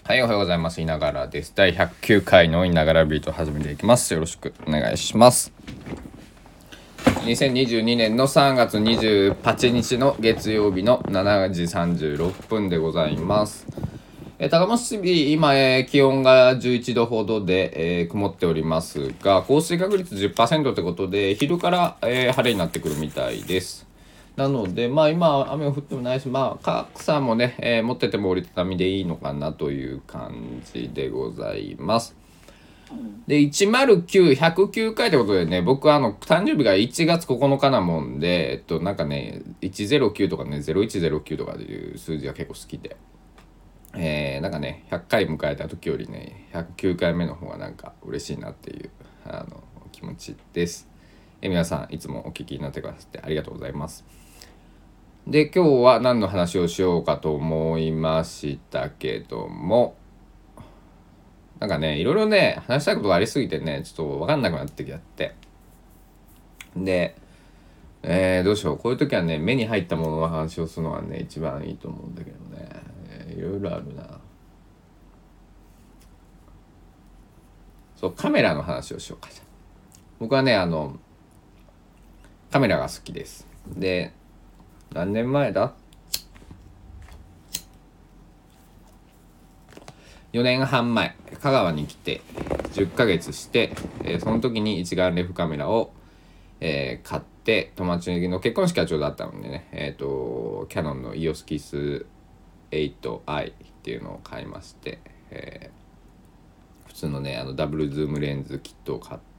はい、おはようございます。いながらです。第109回のいながらビート始めていきます。よろしくお願いします。2022年の3月28日の月曜日の7時36分でございます。高松市、今、気温が11度ほどで、曇っておりますが、降水確率 10% ということで、昼から、晴れになってくるみたいです。なので、今、雨が降ってもないし、傘もね、持ってても折りたたみでいいのかなという感じでございます。で、109、109回ということでね、僕は誕生日が1月9日なもんで、なんかね、109とかね、0109とかっていう数字が結構好きで。なんかね100回迎えた時よりね109回目の方がなんか嬉しいなっていう気持ちです。皆さんいつもお聞きになってくださってありがとうございます。で今日は何の話をしようかと思いましたけども、なんかねいろいろね話したいことがありすぎてねちょっと分かんなくなってきちゃって、でどうしよう、こういう時はね目に入ったものの話をするのがね一番いいと思うんだけどね、いろいろあるな。そう、カメラの話をしようか。僕はねカメラが好きです。で何年前だ、4年半前香川に来て10ヶ月して、その時に一眼レフカメラを、買って、友達の結婚式がちょうどあったのでね、キャノンの EOS-KISS8i っていうのを買いまして、普通のねダブルズームレンズキットを買って、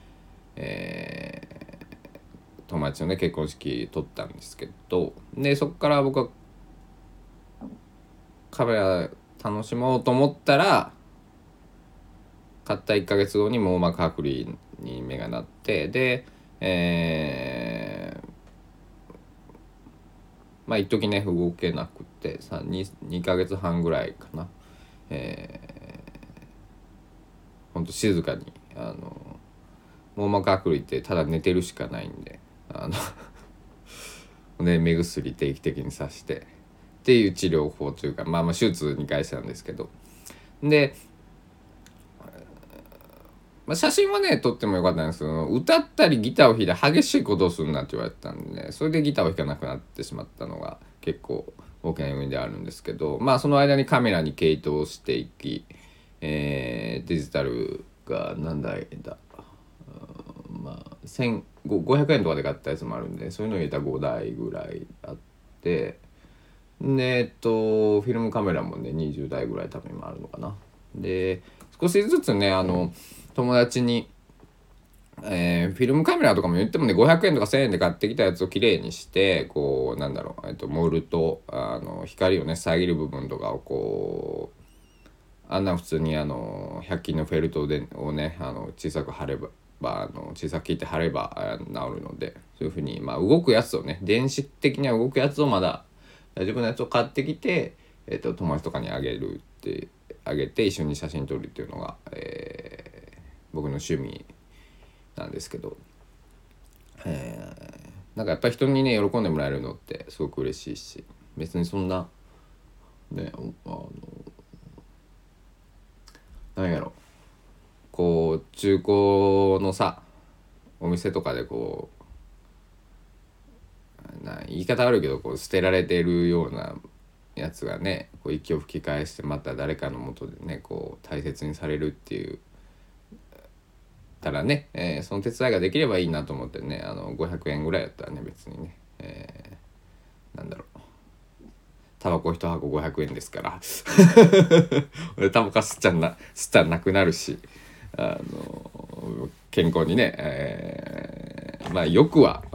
友達のね結婚式撮ったんですけど、でそこから僕はカメラ楽しもうと思ったら、買った1ヶ月後に網膜剥離に目がなって、で一時ね動けなくて 2ヶ月半ぐらいかな、ほんと静かに網膜剥離ってただ寝てるしかないんで、で目薬定期的にさしてっていう治療法というか、手術に回したんですけど、で、写真はね撮ってもよかったんですけど、歌ったりギターを弾いて激しいことをするなって言われてたんでね、それでギターを弾かなくなってしまったのが結構大きな要因であるんですけど、その間にカメラに傾倒していき、デジタルが何台だ、500円とかで買ったやつもあるんで、そういうのを入れたら5台ぐらいあって、でフィルムカメラもね20台ぐらい多分今あるのかな。で少しずつね友達に、フィルムカメラとかも言ってもね500円とか1000円で買ってきたやつをきれいにして、こうモールと光をね遮る部分とかをこう普通に100均のフェルトをね小さく貼れば小さく切って貼れば治るので、そういう風に動くやつをね電子的には動くやつをまだ大丈夫なやつを買ってきて、友達とかにあげて一緒に写真撮るっていうのが、僕の趣味なんですけど、なんかやっぱり人にね喜んでもらえるのってすごく嬉しいし、別にそんなねなんやろ、こう中古のさお店とかでこう言い方悪いけどこう捨てられてるようなやつがねこう息を吹き返してまた誰かのもとでねこう大切にされるっていうたらね、その手伝いができればいいなと思ってね、500円ぐらいやったらね別にね、なんだろう、タバコ1箱500円ですから俺タバコ吸ったらなくなるし、健康にね、よくは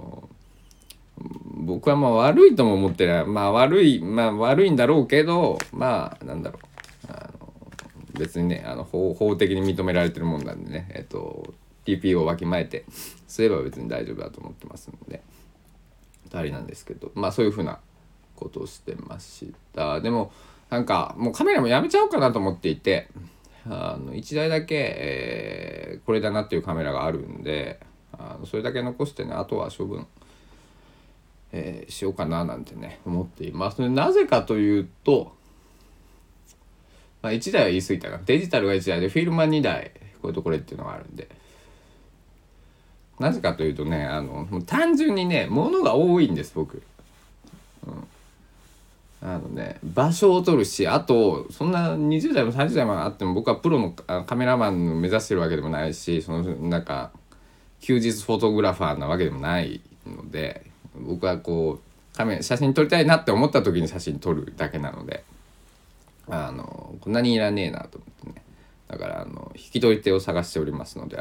僕は悪いとも思ってない、悪いんだろうけど、なんだろう、別にね法的に認められてるもんなんでね、TPO をわきまえてすれば別に大丈夫だと思ってますのであれなんですけど、そういうふうなことをしてました。でもなんかもうカメラもやめちゃおうかなと思っていて、1台だけ、これだなっていうカメラがあるんで、それだけ残してねあとは処分、しようかななんてね思っています。なぜかというと、 まあ1台は言い過ぎたな。デジタルが1台でフィルムは2台これとこれっていうのがあるんで、なぜかというとねもう単純にね物が多いんです僕。場所を取るし、あとそんな20代も30代もあっても僕はプロのカメラマンを目指してるわけでもないし、そのなんか休日フォトグラファーなわけでもないので、僕はこう写真撮りたいなって思った時に写真撮るだけなので、こんなにいらねえなと思ってね。だから引き取り手を探しておりますので、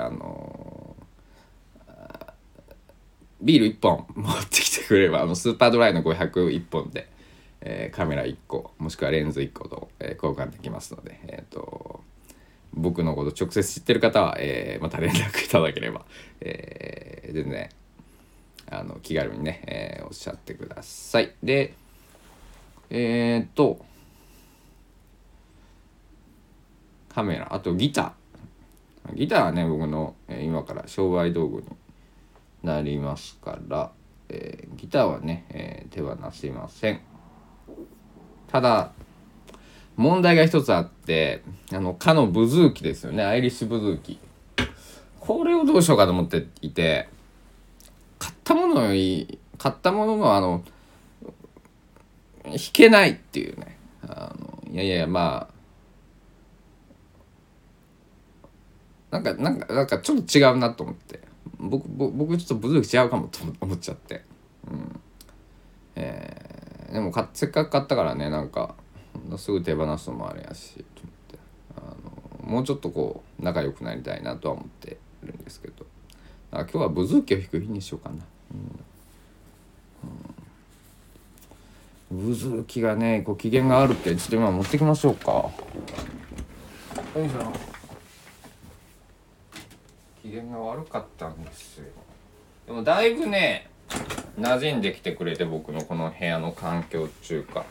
ビール1本持ってきてくればスーパードライの501本で、カメラ1個もしくはレンズ1個と、交換できますので、僕のこと直接知ってる方は、また連絡いただければ、全然気軽にね、おっしゃってください。でカメラ、あとギターはね僕の、今から商売道具になりますから、ギターはね、手放しません。ただ問題が一つあって、かのブズーキですよね、アイリッシュブズーキ。これをどうしようかと思っていて、買ったものの弾けないっていうね。いやまあなんかちょっと違うなと思って、僕ちょっとブズーキ違うかもと思っちゃって、でもせっかく買ったからね、なんかすぐ手放すのもあれやしと思って、もうちょっとこう仲良くなりたいなとは思ってるんですけど、今日はブズーキを弾く日にしようかな。ブズーキがねこう機嫌があるって、ちょっと今持ってきましょうか。よいしょ。機嫌が悪かったんですよ。でもだいぶね馴染んできてくれて、僕のこの部屋の環境中か、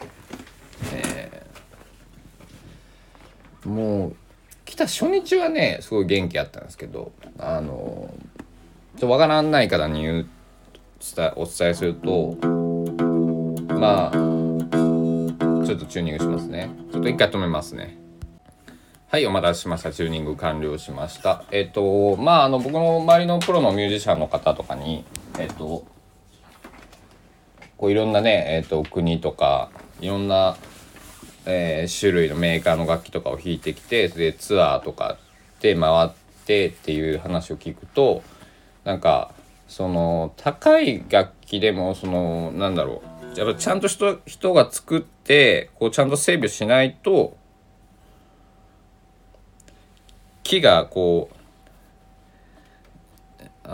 もう来た初日はねすごい元気あったんですけど、ちょっとわからない方にお伝えすると、まあちょっとチューニングしますね。ちょっと一回止めますね。はい、お待たせしました。チューニング完了しました。僕の周りのプロのミュージシャンの方とかにこういろんなね国とかいろんな、種類のメーカーの楽器とかを弾いてきて、でツアーとかで回ってっていう話を聞くと、なんかその高い楽器でもなんだろう、やっぱちゃんと人が作ってこうちゃんと整備しないと木がこう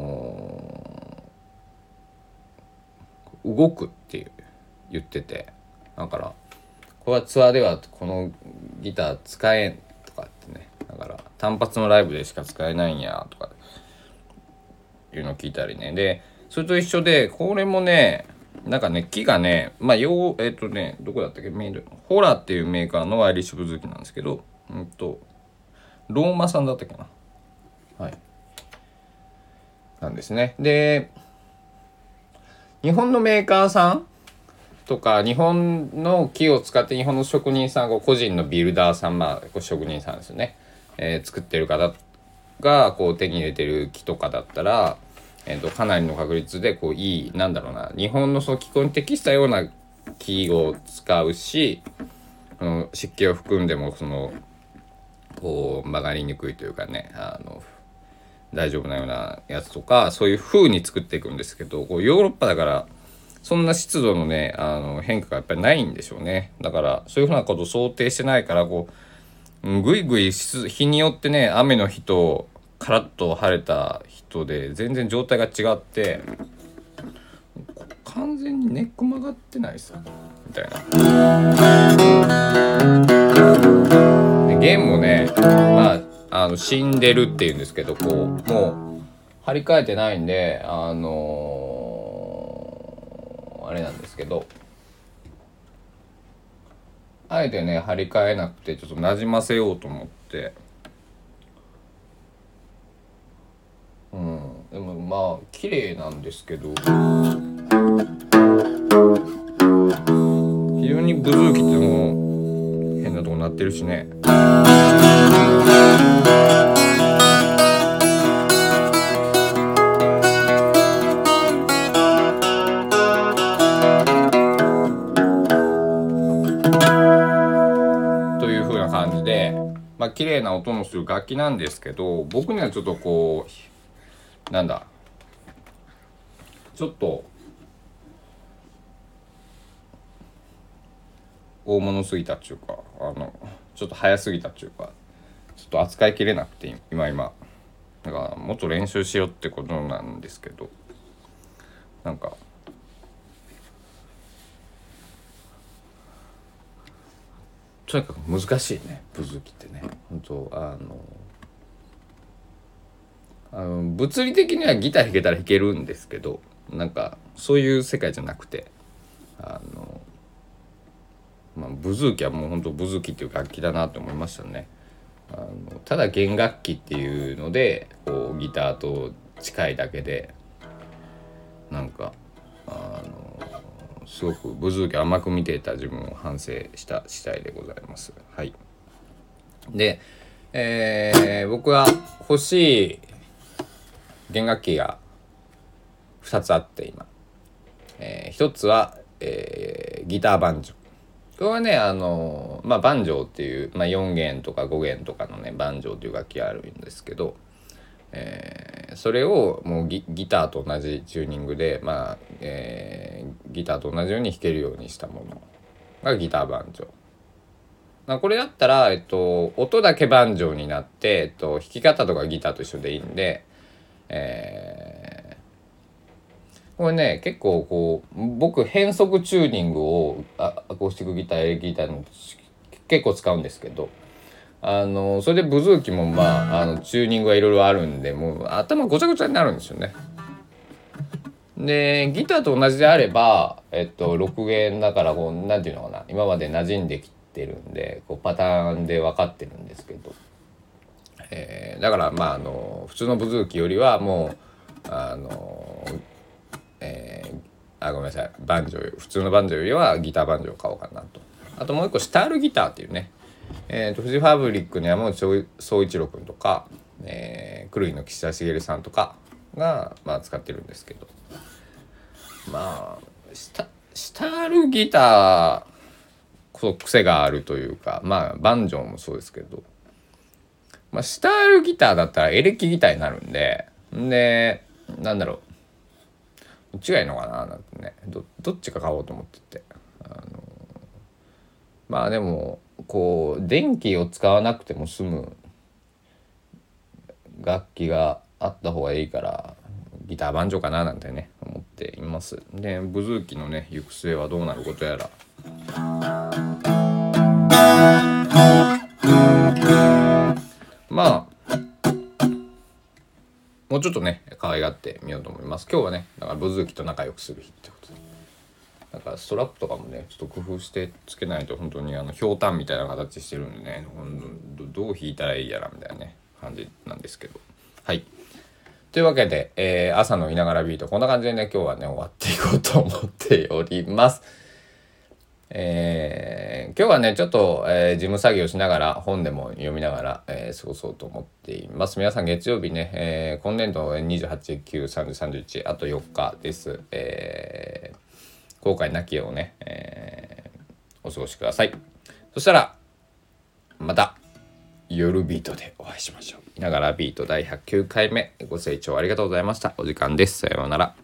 動くって言ってて、だからこれはツアーではこのギター使えんとかってね、だから単発のライブでしか使えないんやとかいうのを聞いたりね。でそれと一緒で、これもねなんかね木がねどこだったっけ、ホラーっていうメーカーのアイリッシュブズーキなんですけど、ローマさんだったっけな、はいなんですね。で日本のメーカーさんとか日本の木を使って日本の職人さん、個人のビルダーさん、職人さんですよね、作ってる方がこう手に入れてる木とかだったら、かなりの確率でこういい日本のその気候に適したような木を使うし、湿気を含んでもこう曲がりにくいというかね、大丈夫なようなやつとか、そういう風に作っていくんですけど、こうヨーロッパだからそんな湿度のね変化がやっぱりないんでしょうね。だからそういうふうなことを想定してないから、こうぐいぐい日によってね、雨の日とカラッと晴れた人で全然状態が違って、完全にネック曲がってないさみたいな。で弦もね死んでるっていうんですけど、こうもう張り替えてないんであれなんですけど、あえてね張り替えなくてちょっとなじませようと思って、でも綺麗なんですけど、非常にブズーキっても変なとこなってるしね。という風な感じで、綺麗な音のする楽器なんですけど、僕にはちょっとこうなんだちょっと大物すぎたっていうか、ちょっと早すぎたっていうか、ちょっと扱いきれなくて今だからもっと練習しようってことなんですけど、なんかとにかく難しいね、ブズーキってね。本当物理的にはギター弾けたら弾けるんですけど、なんかそういう世界じゃなくて、ブズーキはもう本当ブズーキっていう楽器だなと思いましたね。ただ弦楽器っていうのでこうギターと近いだけで、なんかすごくブズーキ甘く見ていた自分を反省した次第でございます。はい。で、僕は欲しい弦楽器が2つあって今、1つは、ギターバンジョー。これはねバンジョーっていう、4弦とか5弦とかのねバンジョーっていう楽器があるんですけど、それをもうギターと同じチューニングで、ギターと同じように弾けるようにしたものがギターバンジョー。これだったら、音だけバンジョーになって、弾き方とかギターと一緒でいいんで、これね結構こう僕変速チューニングをアコースティックギターエレキギターの結構使うんですけど、それでブズーキもチューニングがいろいろあるんで、もう頭ごちゃごちゃになるんですよね。でギターと同じであれば、6弦だからこうなんていうのかな、今まで馴染んできてるんでこうパターンで分かってるんですけど、だから普通のブズーキよりはもうごめんなさい、バンジョー、普通のバンジョーよりはギターバンジョーを買おうかなと。あともう一個スタイルギターっていうね、フジファブリックの山内総一郎君とか、クルイの岸田茂さんとかが、使ってるんですけど、スタイルギターこそ癖があるというか、バンジョーもそうですけど、スタイルギターだったらエレキギターになるんで、なんだろう、どっちがいいのかななんてね、どっちか買おうと思ってて、でもこう電気を使わなくても済む楽器があった方がいいからギターバンジョーかななんてね思っています。でブズーキのね行く末はどうなることやら。もうちょっとね可愛がってみようと思います。今日はねだからブズーキと仲良くする日ってことで、なんかストラップとかもねちょっと工夫してつけないと本当にひょうたんみたいな形してるんでね、どう弾いたらいいやらみたいなね感じなんですけど、はい。というわけで、朝のいながらビートこんな感じでね今日はね終わっていこうと思っております。今日はねちょっと、事務作業しながら本でも読みながら、過ごそうと思っています。皆さん月曜日ね、今年度28、9、30、31あと4日です。後悔なきをね、お過ごしください。そしたらまた夜ビートでお会いしましょう。いながらビート第109回目ご清聴ありがとうございました。お時間です。さようなら。